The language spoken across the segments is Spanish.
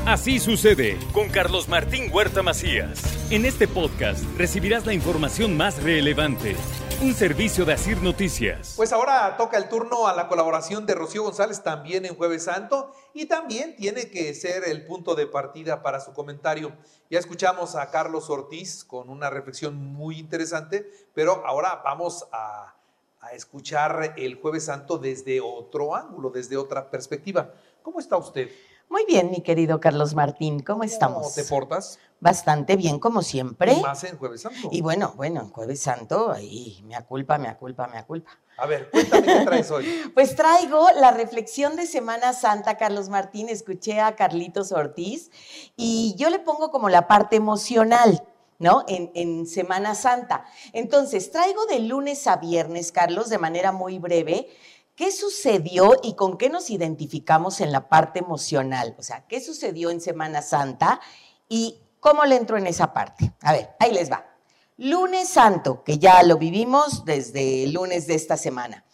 Así sucede con Carlos Martín Huerta Macías. En este podcast recibirás la información más relevante. Un servicio de Asir Noticias. Pues ahora toca el turno a la colaboración de Rocío González también en Jueves Santo y también tiene que ser el punto de partida para su comentario. Ya escuchamos a Carlos Ortiz con una reflexión muy interesante, pero ahora vamos a escuchar el Jueves Santo desde otro ángulo, desde otra perspectiva. ¿Cómo está usted? Muy bien, mi querido Carlos Martín, ¿cómo estamos? ¿Cómo te portas? Bastante bien, como siempre. Y más en Jueves Santo. Y bueno, en Jueves Santo, ahí, mea culpa. A ver, cuéntame qué traes hoy. Pues traigo la reflexión de Semana Santa, Carlos Martín. Escuché a Carlitos Ortiz y yo le pongo como la parte emocional, ¿no? En Semana Santa. Entonces, traigo de lunes a viernes, Carlos, de manera muy breve, ¿qué sucedió y con qué nos identificamos en la parte emocional? O sea, ¿qué sucedió en Semana Santa y cómo le entro en esa parte? A ver, ahí les va. Lunes Santo, que ya lo vivimos desde el lunes de esta semana.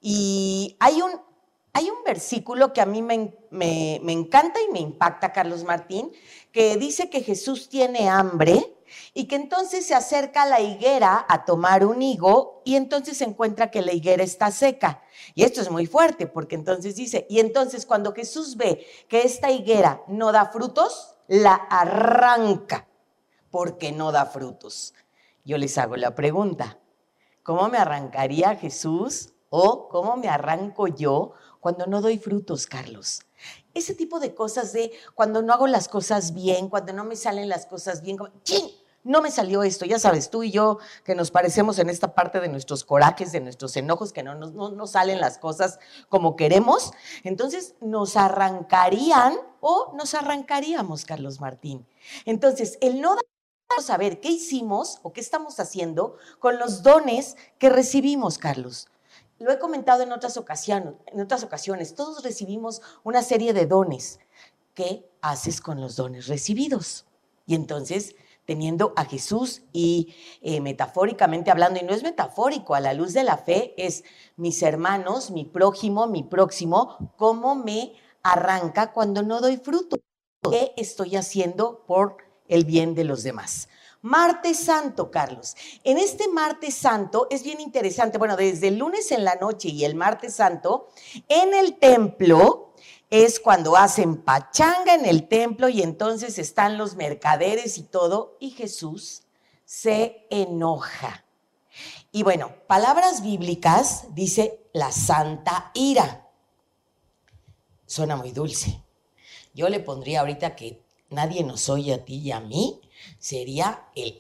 Y hay un versículo que a mí me encanta y me impacta, Carlos Martín, que dice que Jesús tiene hambre y que entonces se acerca a la higuera a tomar un higo y entonces se encuentra que la higuera está seca. Y esto es muy fuerte porque entonces dice, y entonces cuando Jesús ve que esta higuera no da frutos, la arranca porque no da frutos. Yo les hago la pregunta, ¿cómo me arrancaría Jesús o cómo me arranco yo cuando no doy frutos, Carlos? Ese tipo de cosas de cuando no hago las cosas bien, cuando no me salen las cosas bien, como, ¡chin! No me salió esto, ya sabes, tú y yo que nos parecemos en esta parte de nuestros corajes, de nuestros enojos, que no salen las cosas como queremos, entonces nos arrancarían o nos arrancaríamos, Carlos Martín. Entonces, el no saber qué hicimos o qué estamos haciendo con los dones que recibimos, Carlos. Lo he comentado en otras ocasiones, todos recibimos una serie de dones. ¿Qué haces con los dones recibidos? Y entonces, teniendo a Jesús y metafóricamente hablando, y no es metafórico, a la luz de la fe, es mis hermanos, mi prójimo, mi próximo, ¿cómo me arranca cuando no doy fruto? ¿Qué estoy haciendo por el bien de los demás? Martes Santo, Carlos. En este Martes Santo es bien interesante, bueno, desde el lunes en la noche y el Martes Santo, en el templo es cuando hacen pachanga en el templo y entonces están los mercaderes y todo, y Jesús se enoja. Y bueno, palabras bíblicas, dice la santa ira. Suena muy dulce. Yo le pondría ahorita que nadie nos oye a ti y a mí, sería el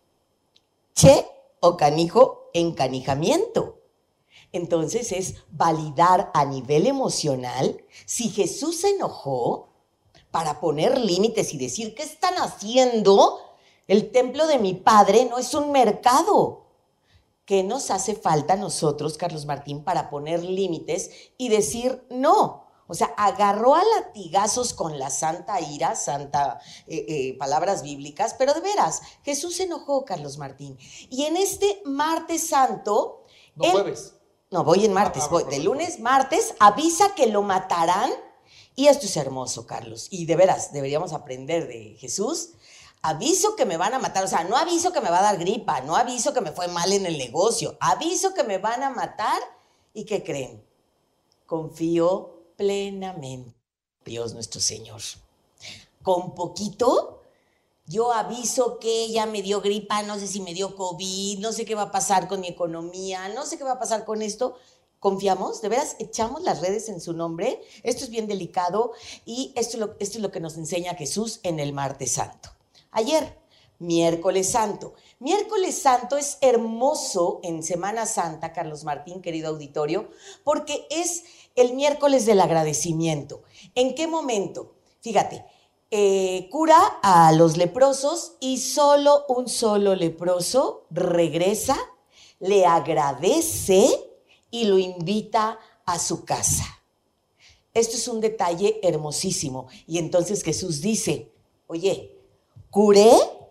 che o canijo encanijamiento. Entonces es validar a nivel emocional si Jesús se enojó para poner límites y decir, ¿qué están haciendo? El templo de mi padre no es un mercado. ¿Qué nos hace falta a nosotros, Carlos Martín, para poner límites y decir no? O sea, agarró a latigazos con la santa ira, palabras bíblicas, pero de veras, Jesús se enojó, Carlos Martín. Y en este Martes Santo... Jueves. No, voy en martes, voy de lunes, martes, avisa que lo matarán. Y esto es hermoso, Carlos. Y de veras, deberíamos aprender de Jesús. Aviso que me van a matar, o sea, no aviso que me va a dar gripa, no aviso que me fue mal en el negocio, aviso que me van a matar. ¿Y qué creen? Confío plenamente Dios nuestro Señor. Con poquito, yo aviso que ya me dio gripa, no sé si me dio COVID, no sé qué va a pasar con mi economía, no sé qué va a pasar con esto. ¿Confiamos? ¿De veras echamos las redes en su nombre? Esto es bien delicado y esto es lo que nos enseña Jesús en el Martes Santo. Ayer, Miércoles Santo. Miércoles Santo es hermoso en Semana Santa, Carlos Martín, querido auditorio, porque es el miércoles del agradecimiento. ¿En qué momento? Fíjate, cura a los leprosos y solo un solo leproso regresa, le agradece y lo invita a su casa. Esto es un detalle hermosísimo. Y entonces Jesús dice, oye, curé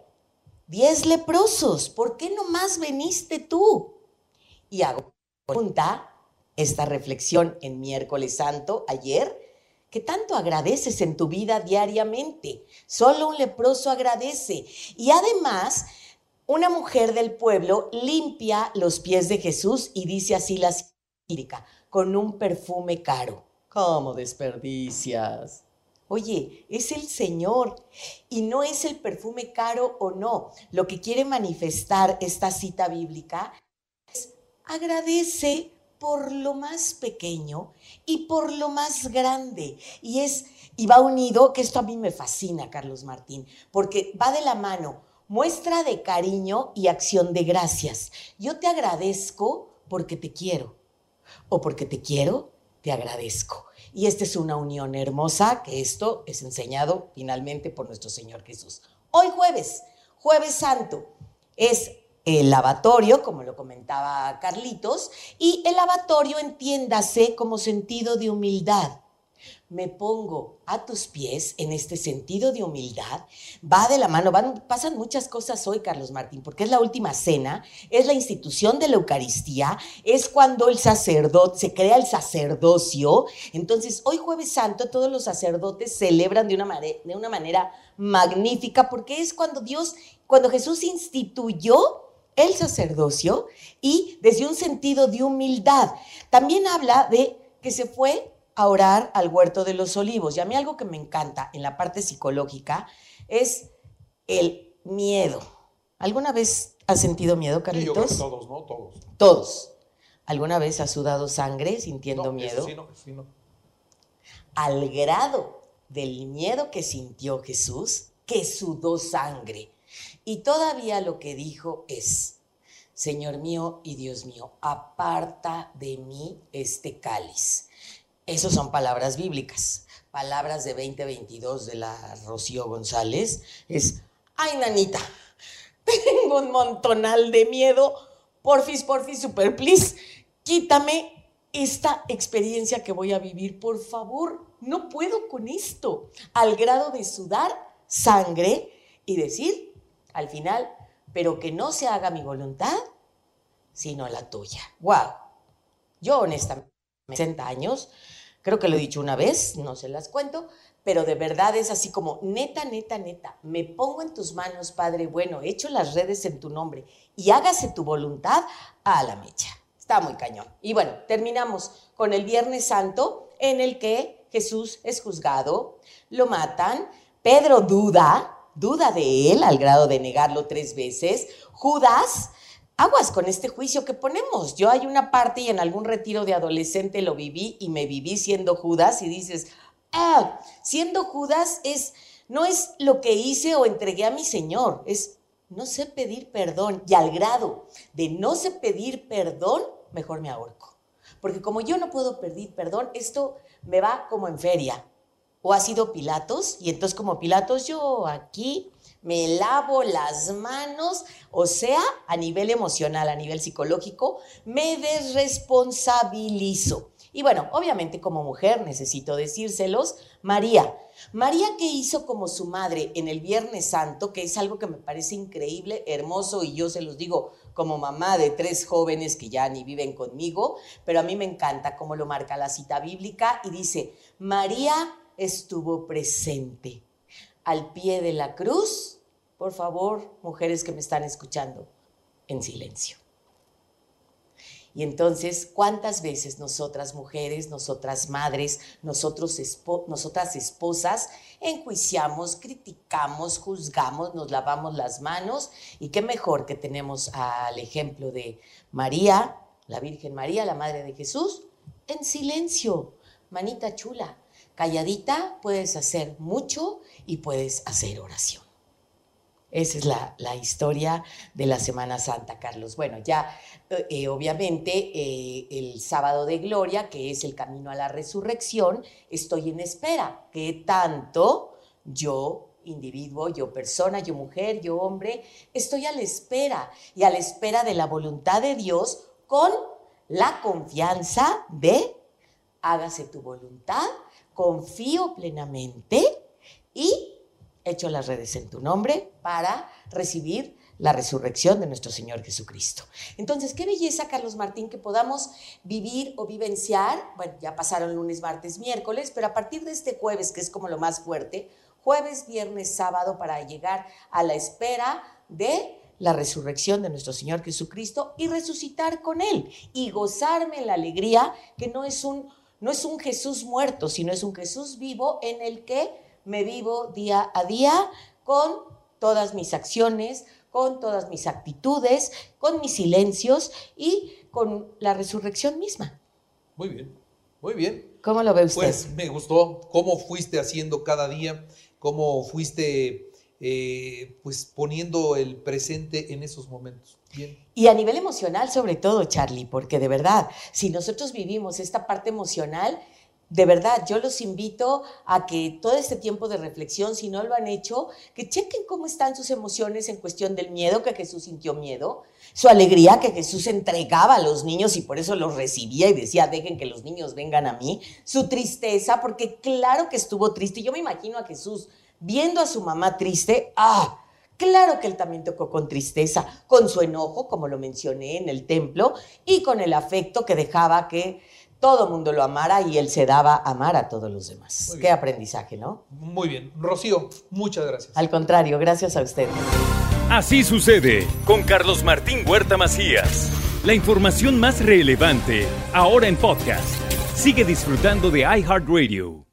10 leprosos, ¿por qué nomás veniste tú? Y hago pregunta, esta reflexión en Miércoles Santo, ayer, ¿Qué tanto agradeces en tu vida diariamente? Solo un leproso agradece. Y además, una mujer del pueblo limpia los pies de Jesús y dice así la lírica, con un perfume caro. ¿Cómo desperdicias? Oye, es el Señor y no es el perfume caro o no. Lo que quiere manifestar esta cita bíblica es agradece por lo más pequeño y por lo más grande. Y va unido, que esto a mí me fascina, Carlos Martín, porque va de la mano, muestra de cariño y acción de gracias. Yo te agradezco porque te quiero, o porque te quiero, te agradezco. Y esta es una unión hermosa, que esto es enseñado finalmente por nuestro Señor Jesús. Hoy jueves Santo, es el lavatorio, como lo comentaba Carlitos, y el lavatorio entiéndase como sentido de humildad. Me pongo a tus pies en este sentido de humildad, va de la mano, pasan muchas cosas hoy, Carlos Martín, porque es la última cena, es la institución de la Eucaristía, es cuando el sacerdote, se crea el sacerdocio. Entonces, hoy Jueves Santo, todos los sacerdotes celebran de una manera magnífica, porque es cuando Jesús instituyó el sacerdocio y desde un sentido de humildad. También habla de que se fue a orar al huerto de los olivos. Y a mí algo que me encanta en la parte psicológica es el miedo. ¿Alguna vez has sentido miedo, Carlitos? Sí, yo creo que todos, ¿no? Todos. Todos. ¿Alguna vez has sudado sangre sintiendo miedo? Sí, no. Al grado del miedo que sintió Jesús, que sudó sangre. Y todavía lo que dijo es, Señor mío y Dios mío, aparta de mí este cáliz. Esas son palabras bíblicas, palabras de 2022 de la Rocío González. Es, ay, nanita, tengo un montonal de miedo, porfis, super please, quítame esta experiencia que voy a vivir, por favor, no puedo con esto. Al grado de sudar sangre y decir, al final, pero que no se haga mi voluntad, sino la tuya. ¡Wow! Yo honestamente, 60 años, creo que lo he dicho una vez, no se las cuento, pero de verdad es así como, neta, me pongo en tus manos, Padre bueno, echo las redes en tu nombre y hágase tu voluntad a la mecha. Está muy cañón. Y bueno, terminamos con el Viernes Santo, en el que Jesús es juzgado, lo matan, Pedro duda de él al grado de negarlo 3 veces, Judas, aguas con este juicio que ponemos. Yo hay una parte y en algún retiro de adolescente lo viví y me viví siendo Judas y dices, siendo Judas no es lo que hice o entregué a mi Señor, es no sé pedir perdón y al grado de no sé pedir perdón, mejor me ahorco. Porque como yo no puedo pedir perdón, esto me va como en feria. O ha sido Pilatos, y entonces como Pilatos yo aquí me lavo las manos, o sea, a nivel emocional, a nivel psicológico, me desresponsabilizo. Y bueno, obviamente como mujer necesito decírselos, María, ¿qué hizo como su madre en el Viernes Santo? Que es algo que me parece increíble, hermoso, y yo se los digo como mamá de 3 jóvenes que ya ni viven conmigo, pero a mí me encanta cómo lo marca la cita bíblica y dice, María estuvo presente al pie de la cruz. Por favor, mujeres que me están escuchando, en silencio. Y entonces, ¿cuántas veces nosotras mujeres, nosotras madres, nosotras esposas, enjuiciamos, criticamos, juzgamos, nos lavamos las manos? Y qué mejor que tenemos al ejemplo de María, la Virgen María, la Madre de Jesús, en silencio, manita chula. Calladita puedes hacer mucho y puedes hacer oración. Esa es la historia de la Semana Santa, Carlos. Bueno, ya obviamente el sábado de gloria, que es el camino a la resurrección, estoy en espera. ¿Qué tanto yo, individuo, yo persona, yo mujer, yo hombre, estoy a la espera y a la espera de la voluntad de Dios con la confianza de hágase tu voluntad, confío plenamente y echo las redes en tu nombre para recibir la resurrección de nuestro Señor Jesucristo. Entonces, qué belleza, Carlos Martín, que podamos vivir o vivenciar, bueno, ya pasaron lunes, martes, miércoles, pero a partir de este jueves, que es como lo más fuerte, jueves, viernes, sábado, para llegar a la espera de la resurrección de nuestro Señor Jesucristo y resucitar con Él y gozarme en la alegría que no es un Jesús muerto, sino es un Jesús vivo en el que me vivo día a día con todas mis acciones, con todas mis actitudes, con mis silencios y con la resurrección misma. Muy bien, muy bien. ¿Cómo lo ve usted? Pues me gustó cómo fuiste haciendo cada día, cómo fuiste pues poniendo el presente en esos momentos. Bien. Y a nivel emocional sobre todo, Charlie, porque de verdad, si nosotros vivimos esta parte emocional, de verdad, yo los invito a que todo este tiempo de reflexión, si no lo han hecho, que chequen cómo están sus emociones en cuestión del miedo, que Jesús sintió miedo, su alegría, que Jesús entregaba a los niños y por eso los recibía y decía, dejen que los niños vengan a mí, su tristeza, porque claro que estuvo triste. Yo me imagino a Jesús viendo a su mamá triste, claro que él también tocó con tristeza, con su enojo, como lo mencioné en el templo, y con el afecto que dejaba que todo mundo lo amara y él se daba a amar a todos los demás. Qué aprendizaje, ¿no? Muy bien. Rocío, muchas gracias. Al contrario, gracias a usted. Así sucede con Carlos Martín Huerta Macías. La información más relevante, ahora en podcast. Sigue disfrutando de iHeartRadio.